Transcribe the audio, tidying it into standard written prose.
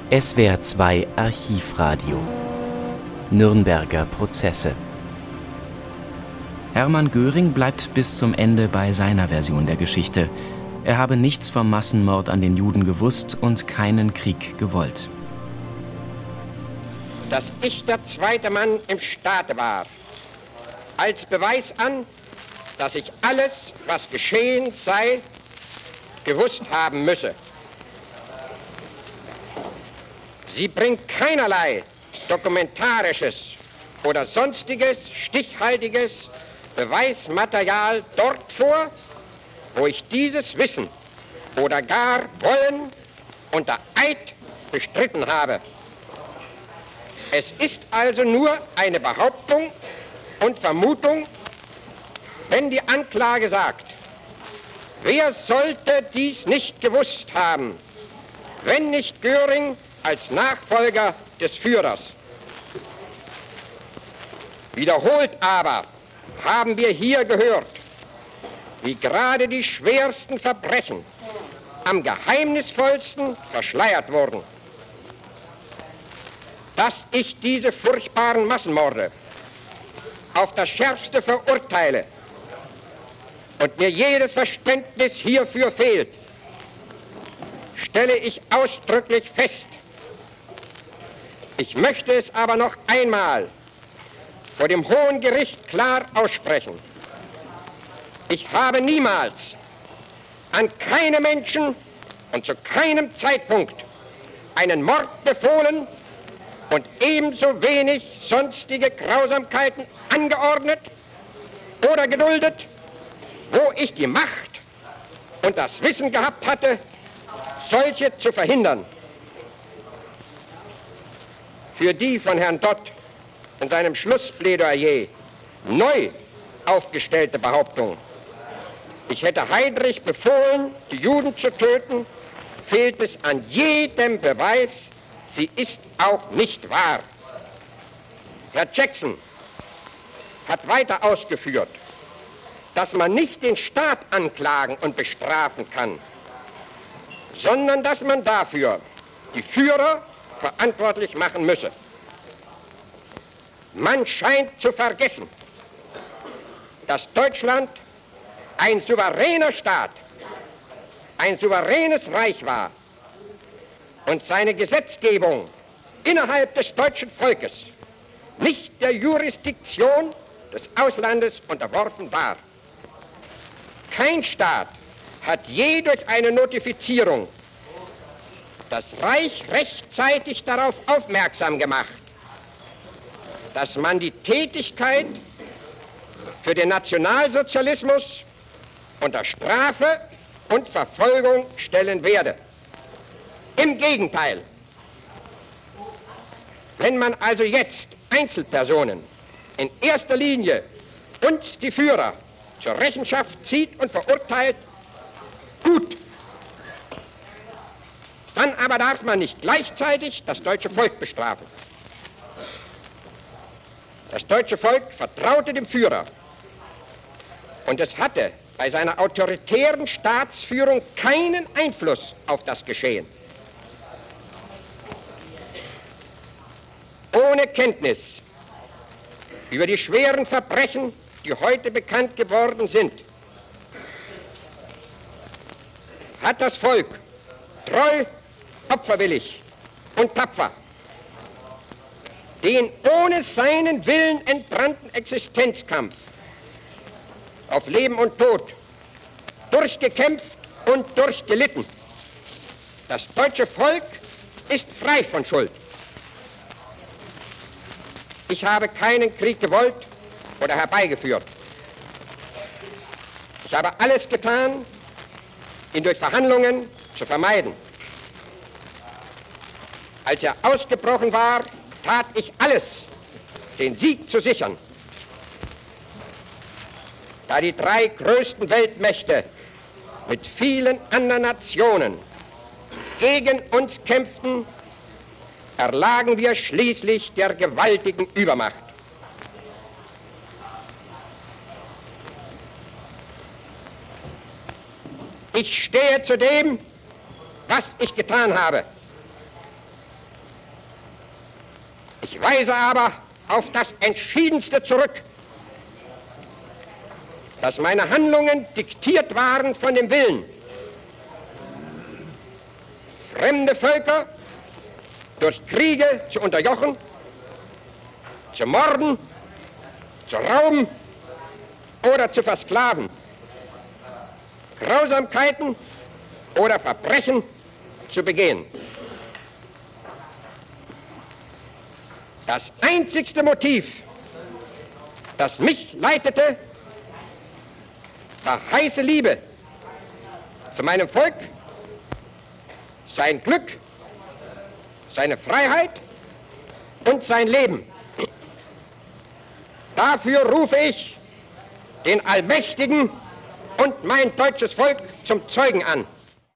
SWR 2 Archivradio. Nürnberger Prozesse. Hermann Göring bleibt bis zum Ende bei seiner Version der Geschichte. Er habe nichts vom Massenmord an den Juden gewusst und keinen Krieg gewollt. Dass ich der zweite Mann im Staate war, als Beweis an, dass ich alles, was geschehen sei, gewusst haben müsse. Sie bringt keinerlei dokumentarisches oder sonstiges stichhaltiges Beweismaterial dort vor, wo ich dieses Wissen oder gar Wollen unter Eid bestritten habe. Es ist also nur eine Behauptung und Vermutung, wenn die Anklage sagt, wer sollte dies nicht gewusst haben, wenn nicht Göring als Nachfolger des Führers. Wiederholt aber haben wir hier gehört, wie gerade die schwersten Verbrechen am geheimnisvollsten verschleiert wurden. Dass ich diese furchtbaren Massenmorde auf das Schärfste verurteile und mir jedes Verständnis hierfür fehlt, stelle ich ausdrücklich fest. Ich möchte es aber noch einmal vor dem Hohen Gericht klar aussprechen. Ich habe niemals an keinem Menschen und zu keinem Zeitpunkt einen Mord befohlen und ebenso wenig sonstige Grausamkeiten angeordnet oder geduldet, wo ich die Macht und das Wissen gehabt hatte, solche zu verhindern. Für die von Herrn Dott in seinem Schlussplädoyer neu aufgestellte Behauptung, ich hätte Heydrich befohlen, die Juden zu töten, fehlt es an jedem Beweis, sie ist auch nicht wahr. Herr Jackson hat weiter ausgeführt, dass man nicht den Staat anklagen und bestrafen kann, sondern dass man dafür die Führer verantwortlich machen müsse. Man scheint zu vergessen, dass Deutschland ein souveräner Staat, ein souveränes Reich war und seine Gesetzgebung innerhalb des deutschen Volkes nicht der Jurisdiktion des Auslandes unterworfen war. Kein Staat hat je durch eine Notifizierung das Reich rechtzeitig darauf aufmerksam gemacht, dass man die Tätigkeit für den Nationalsozialismus unter Strafe und Verfolgung stellen werde. Im Gegenteil, wenn man also jetzt Einzelpersonen in erster Linie und die Führer zur Rechenschaft zieht und verurteilt, gut. Dann aber darf man nicht gleichzeitig das deutsche Volk bestrafen. Das deutsche Volk vertraute dem Führer und es hatte bei seiner autoritären Staatsführung keinen Einfluss auf das Geschehen. Ohne Kenntnis über die schweren Verbrechen, die heute bekannt geworden sind, hat das Volk treu, opferwillig und tapfer den ohne seinen Willen entbrannten Existenzkampf auf Leben und Tod durchgekämpft und durchgelitten. Das deutsche Volk ist frei von Schuld. Ich habe keinen Krieg gewollt oder herbeigeführt. Ich habe alles getan, ihn durch Verhandlungen zu vermeiden. Als er ausgebrochen war, tat ich alles, den Sieg zu sichern. Da die drei größten Weltmächte mit vielen anderen Nationen gegen uns kämpften, erlagen wir schließlich der gewaltigen Übermacht. Ich stehe zu dem, was ich getan habe. Ich weise aber auf das Entschiedenste zurück, dass meine Handlungen diktiert waren von dem Willen, fremde Völker durch Kriege zu unterjochen, zu morden, zu rauben oder zu versklaven, Grausamkeiten oder Verbrechen zu begehen. Das einzigste Motiv, das mich leitete, war heiße Liebe zu meinem Volk, sein Glück, seine Freiheit und sein Leben. Dafür rufe ich den Allmächtigen und mein deutsches Volk zum Zeugen an.